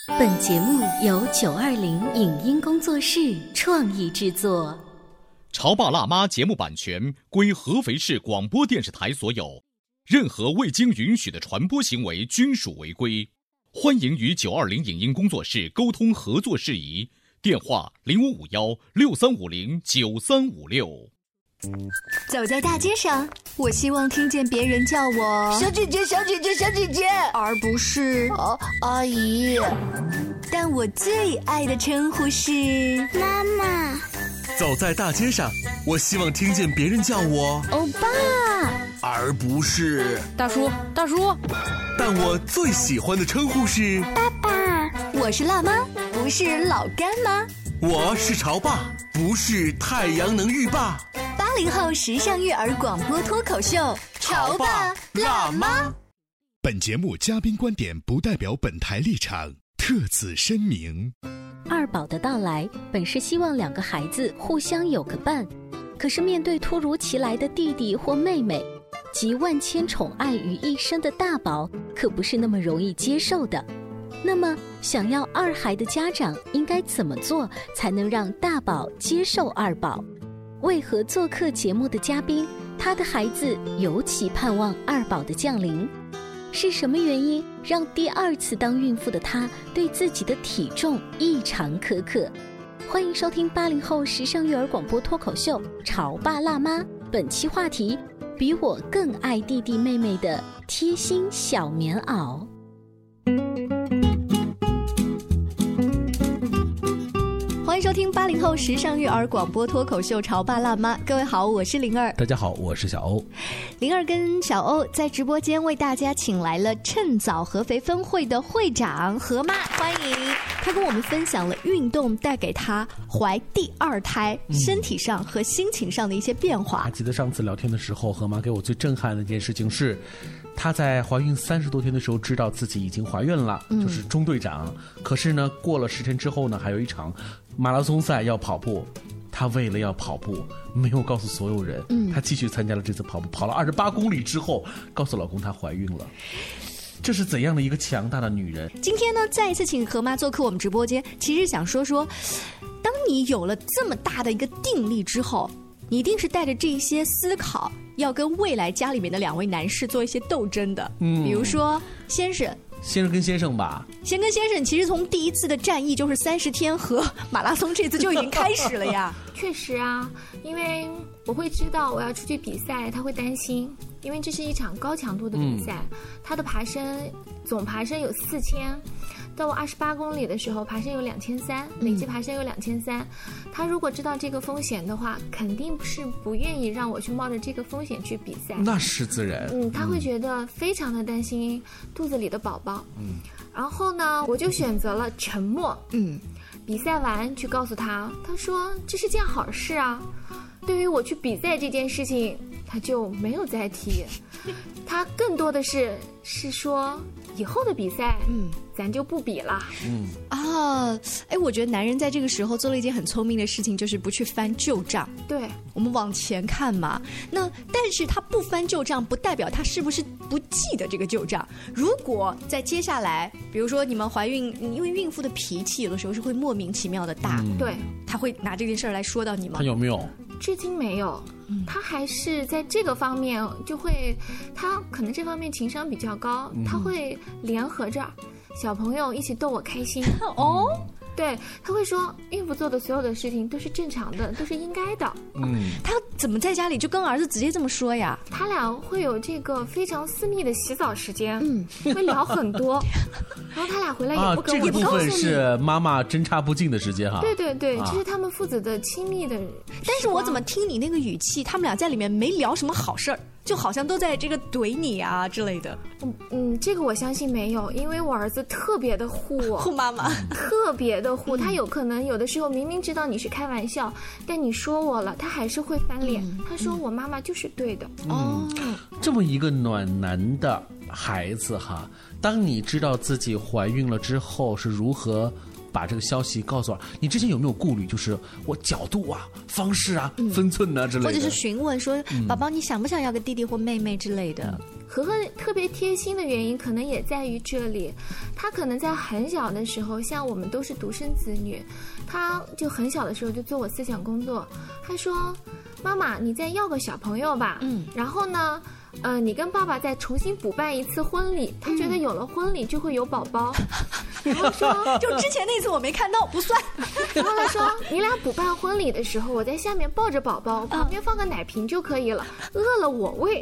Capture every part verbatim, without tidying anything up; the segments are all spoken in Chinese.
本节目由九二零影音工作室创意制作。 潮爸辣妈节目版权归合肥市广播电视台所有，任何未经允许的传播行为均属违规。欢迎与九二零影音工作室沟通合作事宜，电话零五五幺六三五零九三五六。 走在大街上，我希望听见别人叫我小姐姐小姐姐小姐姐， 而不是哦阿姨。 但我最爱的称呼是妈妈。 走在大街上，我希望听见别人叫我欧巴， 而不是大叔大叔。 但我最喜欢的称呼是爸爸。 我是辣妈，不是老干妈。 我是潮爸，不是太阳能浴霸。 八零后时尚育儿广播脱口秀，潮爸辣妈。 本节目嘉宾观点不代表本台立场，特此声明。 二宝的到来本是希望两个孩子互相有个伴，可是面对突如其来的弟弟或妹妹，集万千宠爱于一身的大宝可不是那么容易接受的。那么想要二孩的家长应该怎么做才能让大宝接受二宝？为何做客节目的嘉宾，他的孩子尤其盼望二宝的降临？是什么原因让第二次当孕妇的她对自己的体重异常苛刻？欢迎收听八零后时尚育儿广播脱口秀《潮爸辣妈》，本期话题：比我更爱弟弟妹妹的贴心小棉袄。 欢迎收听八零后时尚育儿广播脱口秀《潮爸辣妈》，各位好，我是灵儿。 大家好，我是小欧。 灵儿跟小欧在直播间为大家请来了趁早合肥分会的会长何妈，欢迎。她跟我们分享了运动带给她怀第二胎、嗯、身体上和心情上的一些变化。 还记得上次聊天的时候，何妈给我最震撼的一件事情是，她在怀孕三十多天的时候知道自己已经怀孕了，嗯、就是中队长。可是呢，过了十天之后呢，还有一场马拉松赛要跑步，她为了要跑步，没有告诉所有人，嗯，她继续参加了这次跑步，跑了二十八公里之后，告诉老公她怀孕了。这是怎样的一个强大的女人？ 今天呢，再一次请何妈做客我们直播间，其实想说说，当你有了这么大的一个定力之后，你一定是带着这一些思考，要跟未来家里面的两位男士做一些斗争的。嗯，比如说先生。 先生跟先生吧， 先跟先生，其实从第一次的战役就是三十天和马拉松这次就已经开始了呀。 确实啊，因为我会知道我要出去比赛，他会担心，因为这是一场高强度的比赛，嗯、他的爬升总爬升有四千，到我二十八公里的时候，爬升有两千三，累计爬升有两千三。他如果知道这个风险的话，肯定是不愿意让我去冒着这个风险去比赛。 那是自然。 嗯，他会觉得非常的担心肚子里的宝宝。嗯，然后呢，我就选择了沉默。嗯，比赛完去告诉他，他说这是件好事啊。对于我去比赛这件事情，他就没有再提。他更多的是是说以后的比赛，嗯，咱就不比了。嗯啊，哎，我觉得男人在这个时候做了一件很聪明的事情，就是不去翻旧账。 对， 我们往前看嘛。那但是他不翻旧账，不代表他是不是不记得这个旧账。如果在接下来，比如说你们怀孕，因为孕妇的脾气有的时候是会莫名其妙的大， 嗯、对， 他会拿这件事儿来说到你吗？ 他有没有？ 至今没有。他还是在这个方面就会，他可能这方面情商比较高，他会联合着小朋友一起逗我开心。哦，对，他会说孕妇做的所有的事情都是正常的，都是应该的。 嗯，他怎么在家里就跟儿子直接这么说呀？ 他俩会有这个非常私密的洗澡时间，嗯，会聊很多。然后他俩回来也不跟我、 啊、这个部分是妈妈针插不进的时间哈。 对对对，这、啊、是他们父子的亲密的。 但是我怎么听你那个语气，他们俩在里面没聊什么好事儿，就好像都在这个怼你啊之类的。 嗯嗯，这个我相信没有，因为我儿子特别的护我， 护妈妈， 特别的护。他有可能有的时候明明知道你是开玩笑，但你说我了，他还是会翻脸。嗯、他说我妈妈就是对的。 嗯、哦，这么一个暖男的孩子哈，当你知道自己怀孕了之后，是如何把这个消息告诉我。你之前有没有顾虑，就是我角度啊、方式啊、嗯、分寸啊之类的， 或者是询问说， 嗯、 宝宝你想不想要个弟弟或妹妹之类的？ 嗯和和特别贴心的原因可能也在于这里，他可能在很小的时候，像我们都是独生子女，他就很小的时候就做我思想工作，他说妈妈你再要个小朋友吧，嗯，然后呢呃，你跟爸爸再重新补办一次婚礼，他觉得有了婚礼就会有宝宝，然后说就之前那次我没看到不算， 然后他说你俩补办婚礼的时候，我在下面抱着宝宝，旁边放个奶瓶就可以了，饿了我喂，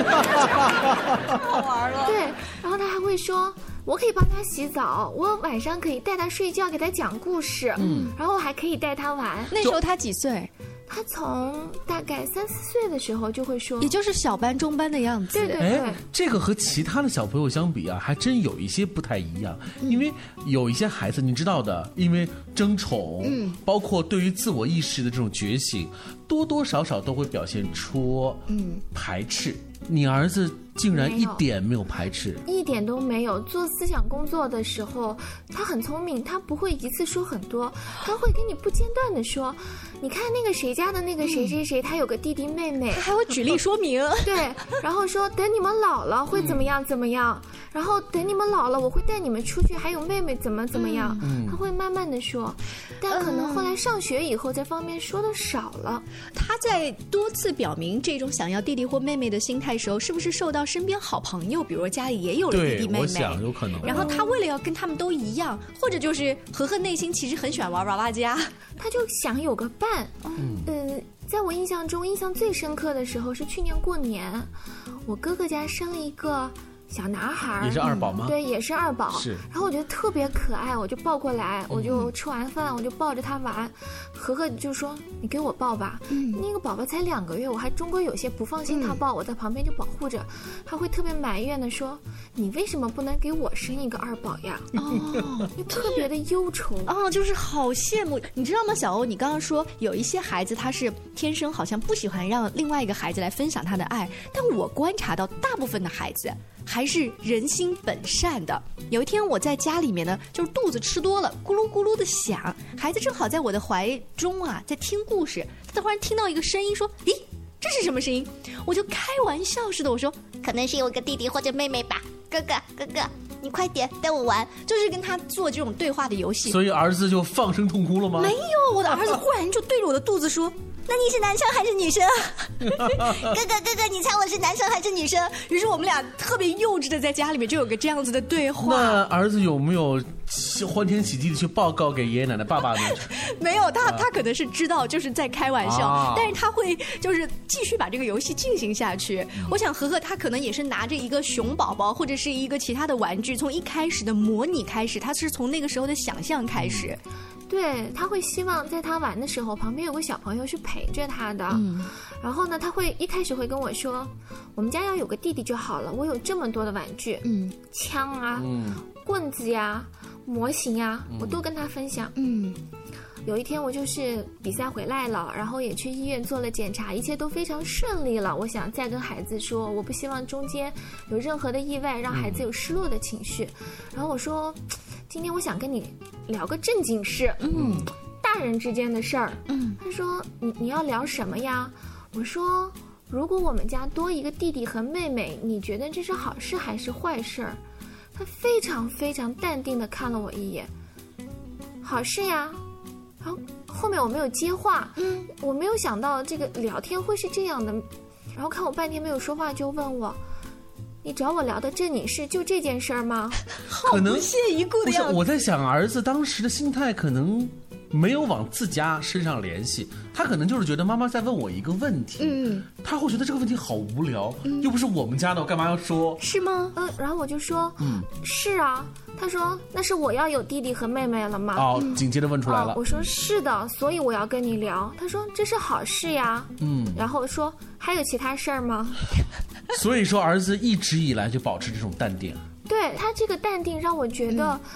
好玩了。 对，然后他还会说我可以帮他洗澡，我晚上可以带他睡觉，给他讲故事，嗯，然后我还可以带他玩。 那时候他几岁？ 他从大概三四岁的时候就会说， 也就是小班中班的样子。 对对对， 哎，这个和其他的小朋友相比啊，还真有一些不太一样。嗯、因为有一些孩子，你知道的，因为争宠，嗯，包括对于自我意识的这种觉醒，多多少少都会表现出嗯排斥。你儿子竟然一点没有排斥， 一点都没有。做思想工作的时候，他很聪明，他不会一次说很多，他会跟你不间断的说，你看那个谁家的那个谁谁谁，他有个弟弟妹妹， 他还会举例说明。 对，然后说等你们老了会怎么样怎么样，然后等你们老了我会带你们出去，还有妹妹怎么怎么样，嗯、他会慢慢的说，但可能后来上学以后这方面说的少了。 他在多次表明这种想要弟弟或妹妹的心态时候，是不是受到身边好朋友，比如家里也有了弟弟妹妹， 我想有可能。 然后他为了要跟他们都一样，或者就是和和内心其实很喜欢玩娃娃家， 他就想有个伴。嗯，呃，在我印象中，印象最深刻的时候是去年过年，我哥哥家生了一个小男孩， 也是二宝吗？ 嗯、对，也是二宝。 是。 然后我觉得特别可爱，我就抱过来，我就吃完饭，我就抱着他玩。和和就说：“你给我抱吧。”嗯。那个宝宝才两个月，我还终归有些不放心他抱，嗯、我在旁边就保护着。他会特别埋怨的说：“你为什么不能给我生一个二宝呀？”哦，就特别的忧愁。 哦，就是好羡慕。你知道吗，小欧？你刚刚说有一些孩子他是天生好像不喜欢让另外一个孩子来分享他的爱，但我观察到大部分的孩子还是人心本善的。有一天我在家里面呢，就是肚子吃多了，咕噜咕噜的响，孩子正好在我的怀中啊，在听故事，他突然听到一个声音说：“咦，这是什么声音？”我就开玩笑似的我说：“可能是有个弟弟或者妹妹吧，哥哥哥哥，你快点带我玩。”就是跟他做这种对话的游戏。 所以儿子就放声痛哭了吗？ 没有，我的儿子忽然就对着我的肚子说：“那你是男生还是女生？”哥哥哥哥，你猜我是男生还是女生？于是我们俩特别幼稚的在家里面就有个这样子的对话。 那儿子有没有欢天喜地的去报告给爷爷奶奶爸爸呢？ 没有，他他可能是知道就是在开玩笑，啊、但是他会就是继续把这个游戏进行下去。嗯、我想和和他可能也是拿着一个熊宝宝或者是一个其他的玩具，从一开始的模拟开始，他是从那个时候的想象开始。 嗯对，他会希望在他玩的时候旁边有个小朋友是陪着他的，嗯、然后呢他会一开始会跟我说，我们家要有个弟弟就好了，我有这么多的玩具，嗯，枪啊，嗯、棍子呀，模型呀，嗯、我都跟他分享。嗯，有一天我就是比赛回来了，然后也去医院做了检查，一切都非常顺利了，我想再跟孩子说，我不希望中间有任何的意外让孩子有失落的情绪，嗯、然后我说今天我想跟你聊个正经事，嗯，大人之间的事儿。嗯，他说你你要聊什么呀？我说如果我们家多一个弟弟和妹妹，你觉得这是好事还是坏事？他非常非常淡定地看了我一眼，好事呀。然后后面我没有接话，嗯，我没有想到这个聊天会是这样的，然后看我半天没有说话，就问我。你找我聊的正经事就这件事儿吗？ 可能不屑一顾的样子。 不是，我在想儿子当时的心态可能没有往自家身上联系，他可能就是觉得妈妈在问我一个问题，嗯，他会觉得这个问题好无聊，嗯、又不是我们家的，我干嘛要说？ 是吗？ 嗯，然后我就说，嗯，是啊。他说那是我要有弟弟和妹妹了吗？ 哦，紧接着问出来了。 哦、我说是的，所以我要跟你聊。他说这是好事呀，嗯，然后说还有其他事儿吗？ 所以说儿子一直以来就保持这种淡定。 对，他这个淡定让我觉得，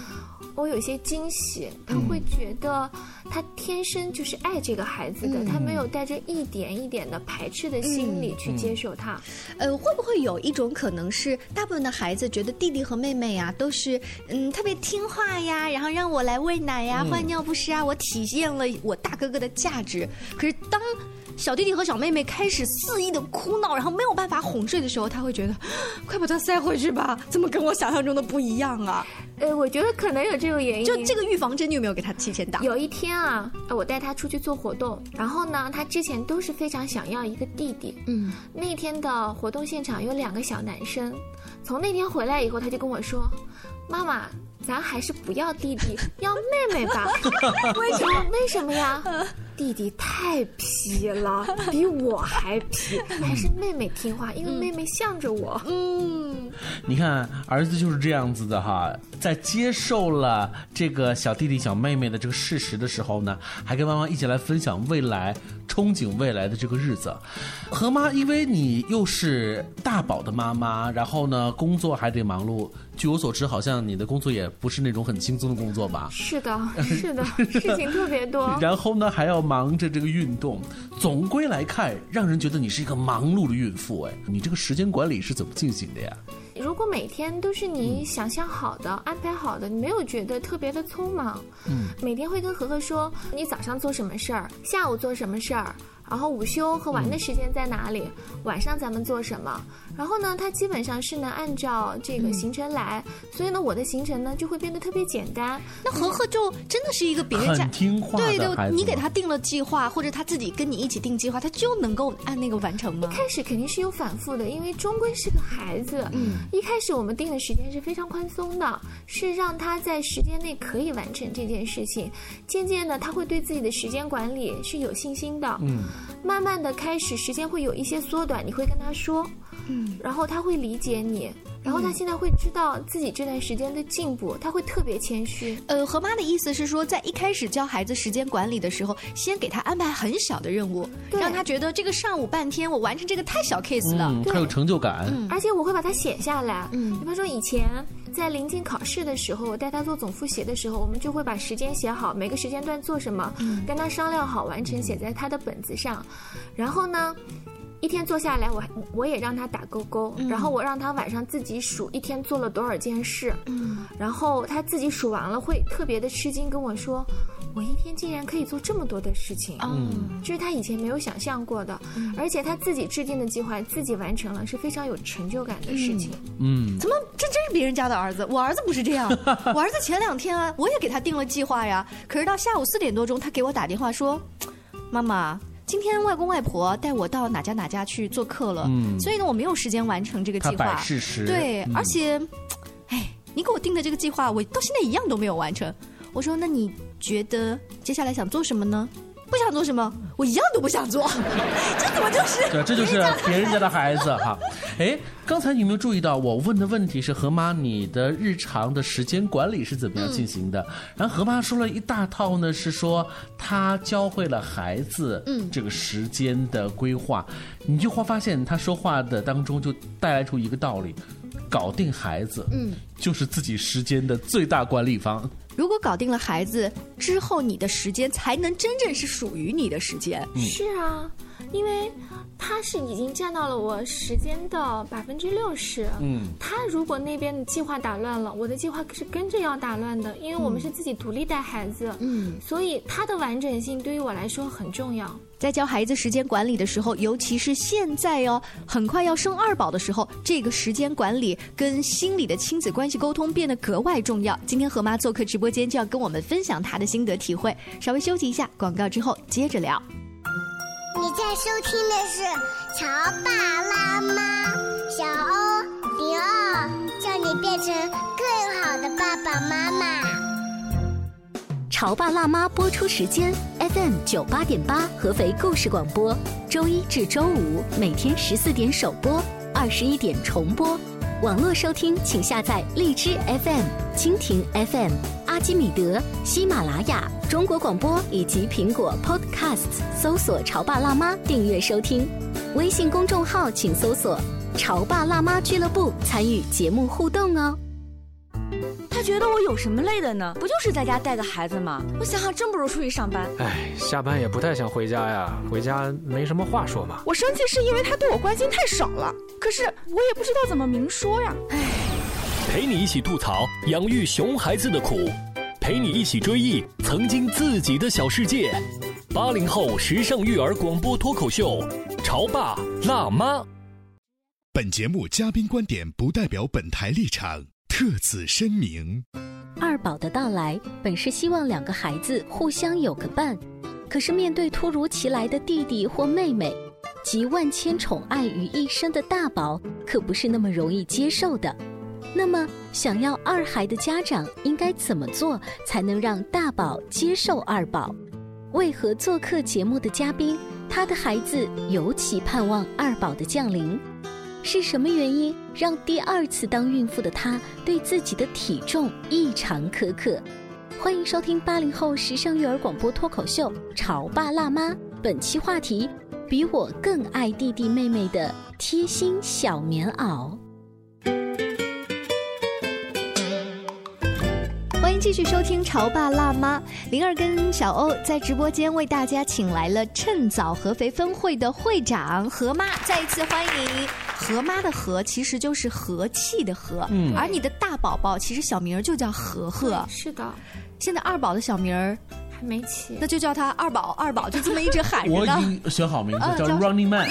我有些惊喜，他会觉得他天生就是爱这个孩子的，嗯、他没有带着一点一点的排斥的心理去接受他。 嗯、呃，会不会有一种可能是，大部分的孩子觉得弟弟和妹妹呀、啊、都是嗯特别听话呀，然后让我来喂奶呀、换尿不湿啊，我体现了我大哥哥的价值。可是当小弟弟和小妹妹开始肆意的哭闹，然后没有办法哄睡的时候，他会觉得，快把他塞回去吧，怎么跟我想象中的不一样啊？ 呃，我觉得可能有这个原因。 就这个预防针，你有没有给他提前打？ 有一天啊，我带他出去做活动，然后呢，他之前都是非常想要一个弟弟。嗯，那天的活动现场有两个小男生，从那天回来以后，他就跟我说，妈妈，咱还是不要弟弟，要妹妹吧。为什么？为什么呀？弟弟太皮了，比我还皮，还是妹妹听话，因为妹妹向着我。 嗯， 你看，儿子就是这样子的哈，在接受了这个小弟弟小妹妹的这个事实的时候呢，还跟妈妈一起来分享未来，憧憬未来的这个日子。何妈，因为你又是大宝的妈妈，然后呢工作还得忙碌，据我所知，好像你的工作也不是那种很轻松的工作吧？ 是的，是的，事情特别多。 然后呢，还要忙着这个运动，总归来看，让人觉得你是一个忙碌的孕妇。哎，你这个时间管理是怎么进行的呀？ 如果每天都是你想象好的、嗯、安排好的，你没有觉得特别的匆忙。嗯，每天会跟何何说，你早上做什么事儿，下午做什么事儿。然后午休和玩的时间在哪里、嗯、晚上咱们做什么，然后呢他基本上是能按照这个行程来、嗯、所以呢我的行程呢就会变得特别简单。 那何何就真的是一个别人家很听话的孩子， 对对，你给他定了计划，或者他自己跟你一起定计划，他就能够按那个完成吗？ 一开始肯定是有反复的，因为终归是个孩子。嗯，一开始我们定的时间是非常宽松的，是让他在时间内可以完成这件事情，渐渐的他会对自己的时间管理是有信心的。嗯，慢慢的开始时间会有一些缩短，你会跟他说，嗯，然后他会理解你，然后他现在会知道自己这段时间的进步，他会特别谦虚。 呃，何妈的意思是说，在一开始教孩子时间管理的时候，先给他安排很小的任务，让他觉得这个上午半天我完成这个太小 case 了， 嗯，他有成就感。 嗯，而且我会把它写下来。嗯，比方说以前在临近考试的时候，我带他做总复习的时候，我们就会把时间写好，每个时间段做什么，嗯，跟他商量好完成，写在他的本子上。然后呢，一天做下来，我我也让他打勾勾、嗯，然后我让他晚上自己数一天做了多少件事，嗯，然后他自己数完了会特别的吃惊，跟我说，我一天竟然可以做这么多的事情，嗯，这是他以前没有想象过的，嗯，而且他自己制定的计划自己完成了，是非常有成就感的事情。 嗯，怎么这真是别人家的儿子？我儿子不是这样，我儿子前两天啊，我也给他定了计划呀，可是到下午四点多钟，他给我打电话说，妈妈，今天外公外婆带我到哪家哪家去做客了，嗯，所以呢我没有时间完成这个计划。 他摆事实， 对、嗯，而且，哎，你给我定的这个计划，我到现在一样都没有完成。我说，那你觉得接下来想做什么呢？不想做什么，我一样都不想做。这怎么就是？ 对，这就是别人家的孩子哈。哎，刚才你有没有注意到我问的问题是何妈，你的日常的时间管理是怎么样进行的？嗯、然后何妈说了一大套呢，是说她教会了孩子这个时间的规划。嗯、你就会发现她说话的当中就带来出一个道理：搞定孩子，嗯，就是自己时间的最大管理方。 如果搞定了孩子之后，你的时间才能真正是属于你的时间。 嗯、是啊，因为他是已经占到了我时间的百分之六十。嗯，他如果那边的计划打乱了，我的计划是跟着要打乱的，因为我们是自己独立带孩子。嗯，所以他的完整性对于我来说很重要。 在教孩子时间管理的时候，尤其是现在哦，很快要生二宝的时候，这个时间管理跟心理的亲子关系沟通变得格外重要。今天何妈做客直播间，就要跟我们分享她的心得体会。稍微休息一下，广告之后接着聊。 你在收听的是潮爸辣妈，小欧零二，叫你变成更好的爸爸妈妈。 潮爸辣妈播出时间 F M 九八点八合肥故事广播，周一至周五每天十四点首播，二十一点重播。网络收听请下载荔枝 F M、蜻蜓 F M、阿基米德、喜马拉雅、中国广播以及苹果 Podcasts， 搜索“潮爸辣妈”订阅收听。微信公众号请搜索“潮爸辣妈俱乐部”，参与节目互动哦。 他觉得我有什么累的呢？不就是在家带个孩子吗？我想想，真不如出去上班。 哎，下班也不太想回家呀，回家没什么话说嘛。 我生气是因为他对我关心太少了，可是我也不知道怎么明说呀。唉， 陪你一起吐槽养育熊孩子的苦，陪你一起追忆曾经自己的小世界。八零后时尚育儿广播脱口秀，潮爸辣妈。 本节目嘉宾观点不代表本台立场，特此声明。 二宝的到来，本是希望两个孩子互相有个伴，可是面对突如其来的弟弟或妹妹，集万千宠爱于一身的大宝，可不是那么容易接受的。那么，想要二孩的家长应该怎么做，才能让大宝接受二宝？为何做客节目的嘉宾，他的孩子尤其盼望二宝的降临？是什么原因让第二次当孕妇的她对自己的体重异常苛刻？欢迎收听八零后时尚育儿广播脱口秀《潮爸辣妈》，本期话题：比我更爱弟弟妹妹的贴心小棉袄。 欢迎继续收听《潮爸辣妈》，灵儿跟小欧在直播间为大家请来了趁早合肥分会的会长何妈，再一次欢迎。何妈的何其实就是和气的和，嗯，而你的大宝宝其实小名就叫和和。 是的， 现在二宝的小名儿还没起， 那就叫他二宝，二宝就这么一直喊着呢。 我已经选好名字，叫 Running Man。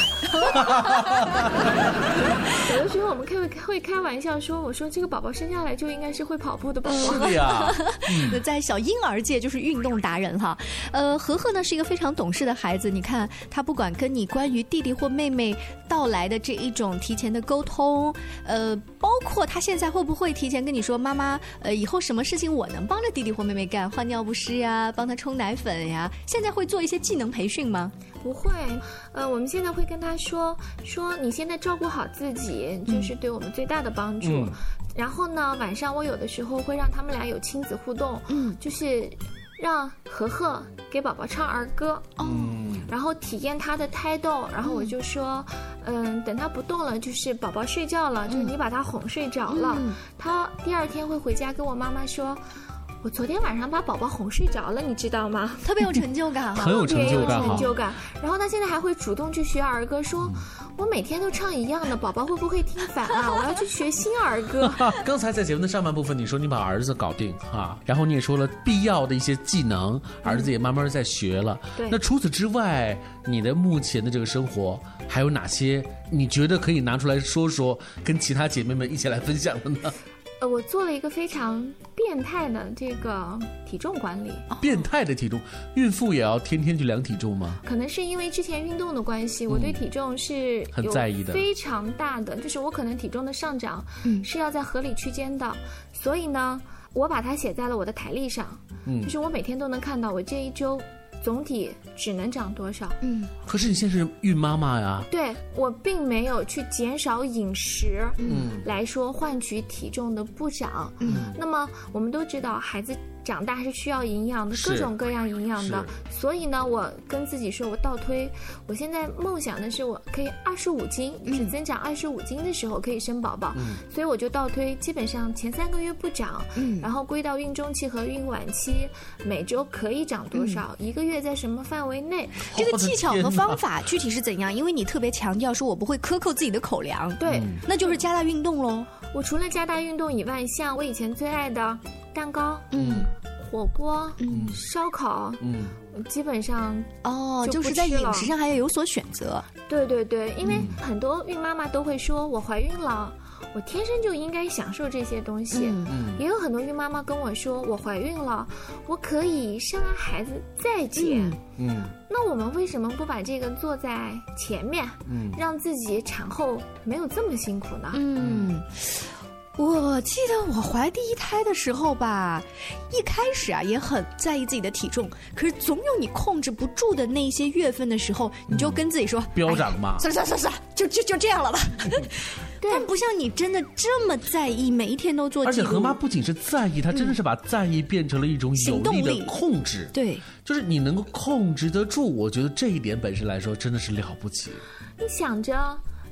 有的时候我们会会开玩笑说，我说这个宝宝生下来就应该是会跑步的宝宝。 是的呀， 那在小婴儿界就是运动达人哈。呃，和和呢是一个非常懂事的孩子，你看他不管跟你关于弟弟或妹妹到来的这一种提前的沟通，呃，包括他现在会不会提前跟你说，妈妈，呃，以后什么事情我能帮着弟弟或妹妹干，换尿不湿呀，帮他冲奶粉呀，现在会做一些技能培训吗？ 不会，呃，我们现在会跟他说说你现在照顾好自己，就是对我们最大的帮助。嗯、然后呢，晚上我有的时候会让他们俩有亲子互动，嗯，就是让和和给宝宝唱儿歌，嗯，然后体验他的胎动，然后我就说，嗯，等他不动了，就是宝宝睡觉了，嗯、就是你把他哄睡着了，嗯、他第二天会回家跟我妈妈说。我昨天晚上把宝宝哄睡着了，你知道吗？ 特别有成就感， 很有成就感， 有成就感。然后他现在还会主动去学儿歌，说：“我每天都唱一样的，宝宝会不会听烦啊？我要去学新儿歌。” 刚才在节目的上半部分，你说你把儿子搞定啊，然后你也说了必要的一些技能，儿子也慢慢在学了。 对。 那除此之外，你的目前的这个生活还有哪些你觉得可以拿出来说说，跟其他姐妹们一起来分享的呢？ 呃，我做了一个非常变态的这个体重管理。 变态的体重，孕妇也要天天去量体重吗？ 可能是因为之前运动的关系，嗯、我对体重是很在意的， 非常大的，就是我可能体重的上涨是要在合理区间的，嗯、所以呢，我把它写在了我的台历上，嗯，就是我每天都能看到我这一周。总体只能长多少？嗯， 可是你现在是孕妈妈呀。 对，我并没有去减少饮食，嗯，来说换取体重的不长。嗯，那么我们都知道，孩子长大是需要营养的，各种各样营养的。所以呢，我跟自己说，我倒推，我现在梦想的是我可以二十五斤，嗯、只增长二十五斤的时候可以生宝宝。嗯，所以我就倒推，基本上前三个月不长，嗯，然后归到孕中期和孕晚期，每周可以长多少？嗯、一个月。在什么范围内？ 这个技巧和方法具体是怎样？因为你特别强调说我不会克扣自己的口粮， 对， 嗯、那就是加大运动喽。 我除了加大运动以外，像我以前最爱的蛋糕，嗯，火锅，嗯，烧烤，嗯，基本上哦，就是在饮食上还要有所选择。 对对对，因为很多孕妈妈都会说我怀孕了。我天生就应该享受这些东西，嗯嗯、也有很多孕妈妈跟我说，我怀孕了，我可以生完孩子再减。嗯，嗯那我们为什么不把这个做在前面，嗯、让自己产后没有这么辛苦呢？ 嗯。我记得我怀第一胎的时候吧，一开始啊也很在意自己的体重，可是总有你控制不住的那些月份的时候，你就跟自己说飙涨嘛， 算了算了算了，就就就这样了吧。但不像你真的这么在意，每一天都做记录。 而且何妈不仅是在意，她真的是把在意变成了一种有力的控制。 对， 就是你能够控制得住，我觉得这一点本身来说真的是了不起。 你想着。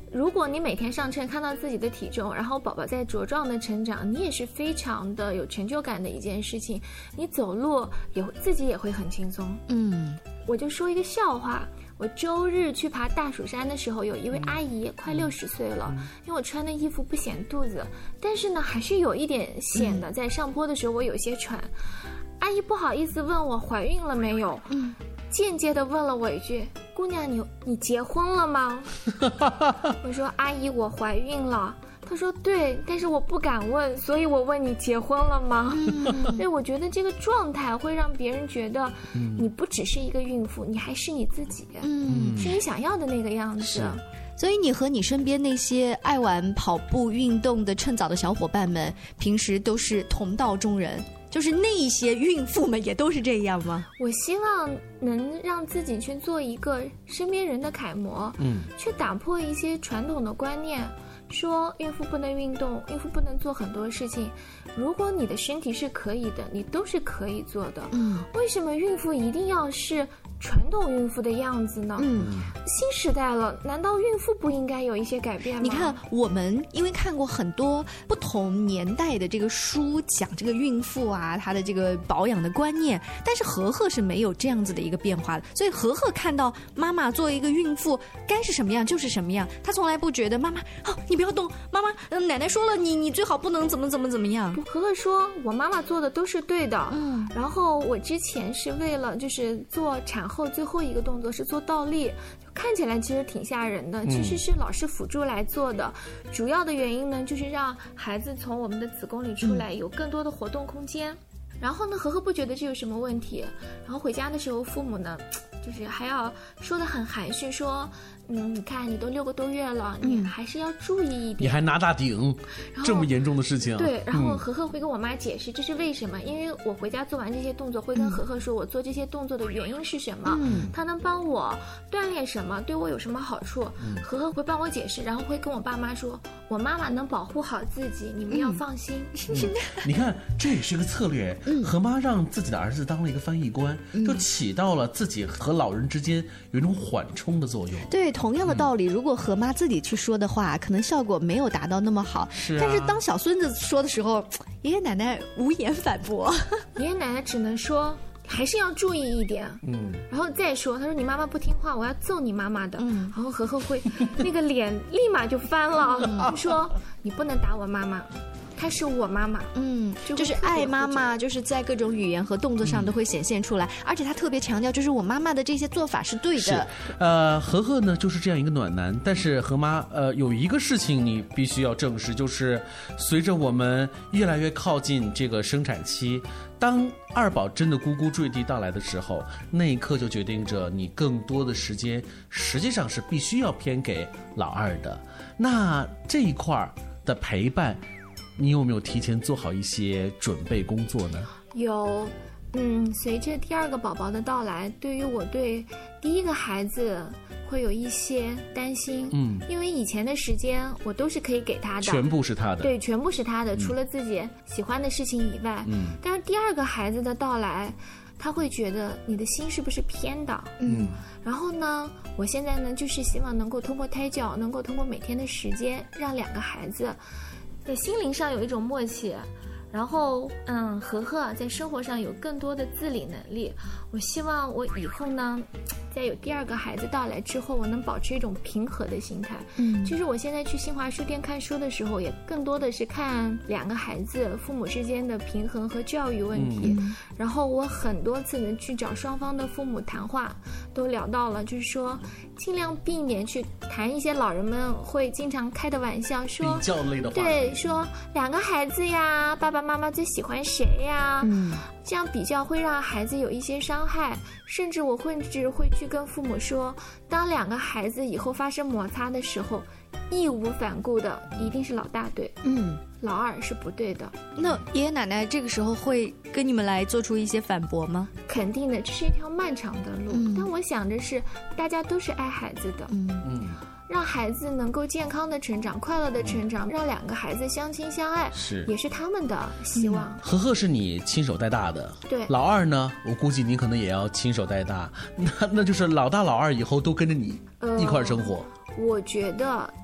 如果你每天上称看到自己的体重，然后宝宝在茁壮的成长，你也是非常的有成就感的一件事情。你走路也会自己也会很轻松。 嗯， 我就说一个笑话。我周日去爬大蜀山的时候，有一位阿姨快六十岁了，因为我穿的衣服不显肚子，但是呢还是有一点显的，在上坡的时候我有些喘。阿姨不好意思问我怀孕了没有，嗯，间接的问了我一句：“姑娘，你你结婚了吗？”我说：“阿姨，我怀孕了。”他说对，但是我不敢问，所以我问你结婚了吗？所以我觉得这个状态会让别人觉得你不只是一个孕妇，你还是你自己，嗯，是你想要的那个样子。 所以你和你身边那些爱玩跑步运动的趁早的小伙伴们，平时都是同道中人，就是那一些孕妇们也都是这样吗？ 我希望能让自己去做一个身边人的楷模，嗯，去打破一些传统的观念。说孕妇不能运动，孕妇不能做很多事情。如果你的身体是可以的，你都是可以做的。嗯，为什么孕妇一定要是传统孕妇的样子呢？嗯，新时代了，难道孕妇不应该有一些改变吗？ 你看，我们因为看过很多不同年代的这个书，讲这个孕妇啊，她的这个保养的观念，但是和和是没有这样子的一个变化的。所以和和看到妈妈作为一个孕妇该是什么样就是什么样，她从来不觉得妈妈哦你不要动，妈妈、呃、奶奶说了你你最好不能怎么怎么怎么样。 和和说我妈妈做的都是对的，嗯，然后我之前是为了就是做产后最后一个动作是做倒立，看起来其实挺吓人的，其实是老师辅助来做的、嗯、主要的原因呢就是让孩子从我们的子宫里出来有更多的活动空间、嗯、然后呢和和不觉得这有什么问题，然后回家的时候父母呢就是还要说得很含蓄，说嗯，你看你都六个多月了、嗯、你还是要注意一点， 你还拿大顶这么严重的事情、啊、 对，然后和和会跟我妈解释这是为什么、嗯、因为我回家做完这些动作会跟和和说我做这些动作的原因是什么、嗯、他能帮我锻炼什么，对我有什么好处、嗯、和和会帮我解释，然后会跟我爸妈说我妈妈能保护好自己，你们要放心、嗯嗯、你看这也是个策略、嗯、何妈让自己的儿子当了一个翻译官、嗯、就起到了自己和老人之间有一种缓冲的作用。 对，同样的道理、嗯、如果何妈自己去说的话可能效果没有达到那么好， 是、啊、 但是当小孙子说的时候爷爷奶奶无言反驳爷爷奶奶只能说还是要注意一点，嗯，然后再说他说你妈妈不听话我要揍你妈妈的，嗯，然后和和会那个脸立马就翻了、嗯、说你不能打我妈妈，她是我妈妈， 嗯，就是爱妈妈，就是在各种语言和动作上都会显现出来、嗯、而且她特别强调就是我妈妈的这些做法是对的。 是呃，和和呢就是这样一个暖男，但是和妈呃有一个事情你必须要正视，就是随着我们越来越靠近这个生产期，当二宝真的咕咕坠地到来的时候，那一刻就决定着你更多的时间实际上是必须要偏给老二的。那这一块的陪伴你有没有提前做好一些准备工作呢？ 有，嗯，随着第二个宝宝的到来，对于我对第一个孩子会有一些担心，嗯，因为以前的时间我都是可以给他的， 全部是他的， 对，全部是他的、嗯、除了自己喜欢的事情以外，嗯，但是第二个孩子的到来他会觉得你的心是不是偏的，嗯，然后呢我现在呢就是希望能够通过胎教，能够通过每天的时间让两个孩子在心灵上有一种默契，然后嗯，和和在生活上有更多的自理能力。我希望我以后呢在有第二个孩子到来之后，我能保持一种平和的心态。嗯，其实我现在去新华书店看书的时候，也更多的是看两个孩子父母之间的平衡和教育问题、嗯、然后我很多次呢去找双方的父母谈话，都聊到了就是说尽量避免去谈一些老人们会经常开的玩笑，说比较类的话， 对，说两个孩子呀，爸爸妈妈最喜欢谁呀，嗯，这样比较会让孩子有一些伤害，甚至我甚至会去跟父母说，当两个孩子以后发生摩擦的时候，义无反顾的一定是老大对，嗯，老二是不对的。 那爷爷奶奶这个时候会跟你们来做出一些反驳吗？ 肯定的，这是一条漫长的路、嗯、但我想着是大家都是爱孩子的，嗯嗯，让孩子能够健康的成长，快乐的成长，让两个孩子相亲相爱，是也是他们的希望、嗯、 和和是你亲手带大的， 对， 老二呢我估计你可能也要亲手带大，那那就是老大老二以后都跟着你一块生活、 呃、我觉得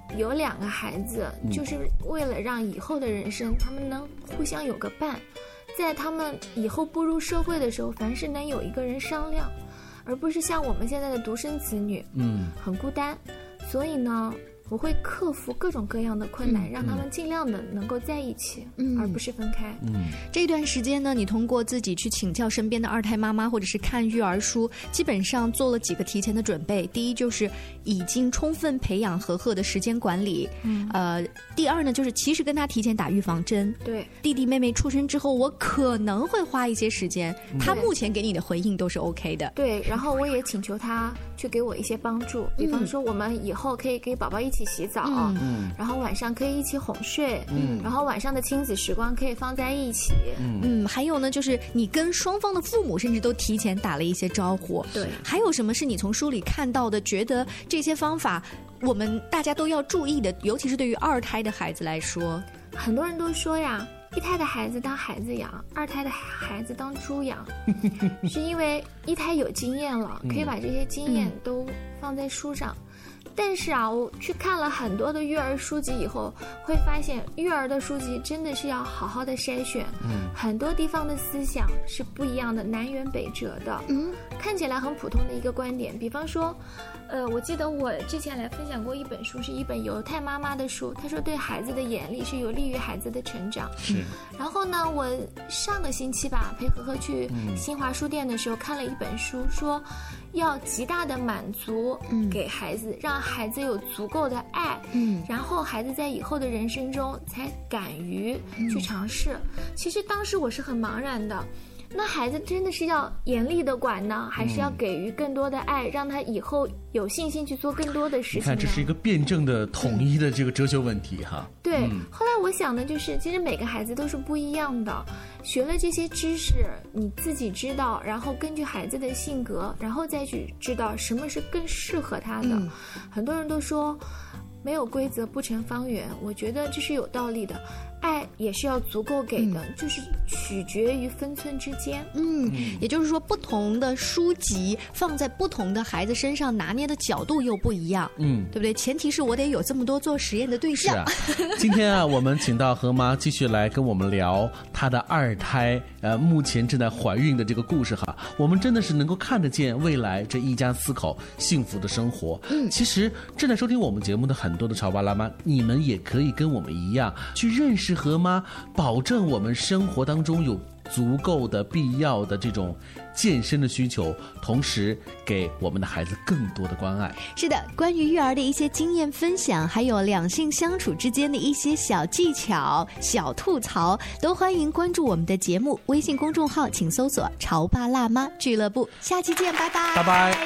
有两个孩子， 嗯、 就是为了让以后的人生他们能互相有个伴，在他们以后步入社会的时候，凡事能有一个人商量，而不是像我们现在的独生子女， 嗯， 很孤单。所以呢，我会克服各种各样的困难，嗯、让他们尽量的能够在一起，嗯、而不是分开。 嗯， 这段时间呢，你通过自己去请教身边的二胎妈妈，或者是看育儿书，基本上做了几个提前的准备。第一就是已经充分培养和贺的时间管理，嗯，呃，第二呢就是其实跟他提前打预防针。 对， 弟弟妹妹出生之后，我可能会花一些时间，嗯、他目前给你的回应都是 OK 的。 对，然后我也请求他去给我一些帮助，比方说我们以后可以给宝宝一起洗澡。嗯嗯， 然后晚上可以一起哄睡， 嗯， 然后晚上的亲子时光可以放在一起， 嗯嗯，还有呢，就是你跟双方的父母甚至都提前打了一些招呼， 对。 还有什么是你从书里看到的，觉得这些方法我们大家都要注意的，尤其是对于二胎的孩子来说？ 很多人都说呀，一胎的孩子当孩子养，二胎的孩子当猪养，是因为一胎有经验了，可以把这些经验都放在书上。嗯但是啊，我去看了很多的育儿书籍以后，会发现育儿的书籍真的是要好好的筛选，嗯，很多地方的思想是不一样的，南辕北辙的，嗯，看起来很普通的一个观点，比方说，呃，我记得我之前来分享过一本书，是一本犹太妈妈的书，她说对孩子的严厉是有利于孩子的成长， 是。 然后呢，我上个星期吧，陪和和去新华书店的时候，看了一本书，说要极大的满足给孩子，嗯、让孩子有足够的爱，嗯，然后孩子在以后的人生中才敢于去尝试。嗯、其实当时我是很茫然的，那孩子真的是要严厉的管呢，还是要给予更多的爱，嗯、让他以后有信心去做更多的事情呢？ 你看，这是一个辩证的、统一的这个哲学问题哈。 对，嗯、后来我想的就是，其实每个孩子都是不一样的。学了这些知识，你自己知道，然后根据孩子的性格，然后再去知道什么是更适合他的。嗯、很多人都说，没有规则不成方圆，我觉得这是有道理的。爱也是要足够给的，嗯、就是取决于分寸之间。 嗯，也就是说，不同的书籍放在不同的孩子身上拿捏的角度又不一样。嗯，对不对？前提是我得有这么多做实验的对象。 是啊，今天啊，我们请到何妈继续来跟我们聊她的二胎，呃，目前正在怀孕的这个故事哈。我们真的是能够看得见未来这一家四口幸福的生活。嗯，其实正在收听我们节目的很多的潮爸辣妈，你们也可以跟我们一样去认识何妈，保证我们生活当中有足够的必要的这种健身的需求，同时给我们的孩子更多的关爱。 是的，关于育儿的一些经验分享，还有两性相处之间的一些小技巧、小吐槽，都欢迎关注我们的节目微信公众号，请搜索潮爸辣妈俱乐部。下期见，拜拜， 拜拜。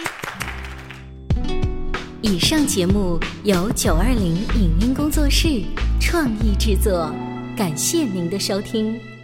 以上节目由九二零影音工作室创意制作，感谢您的收听。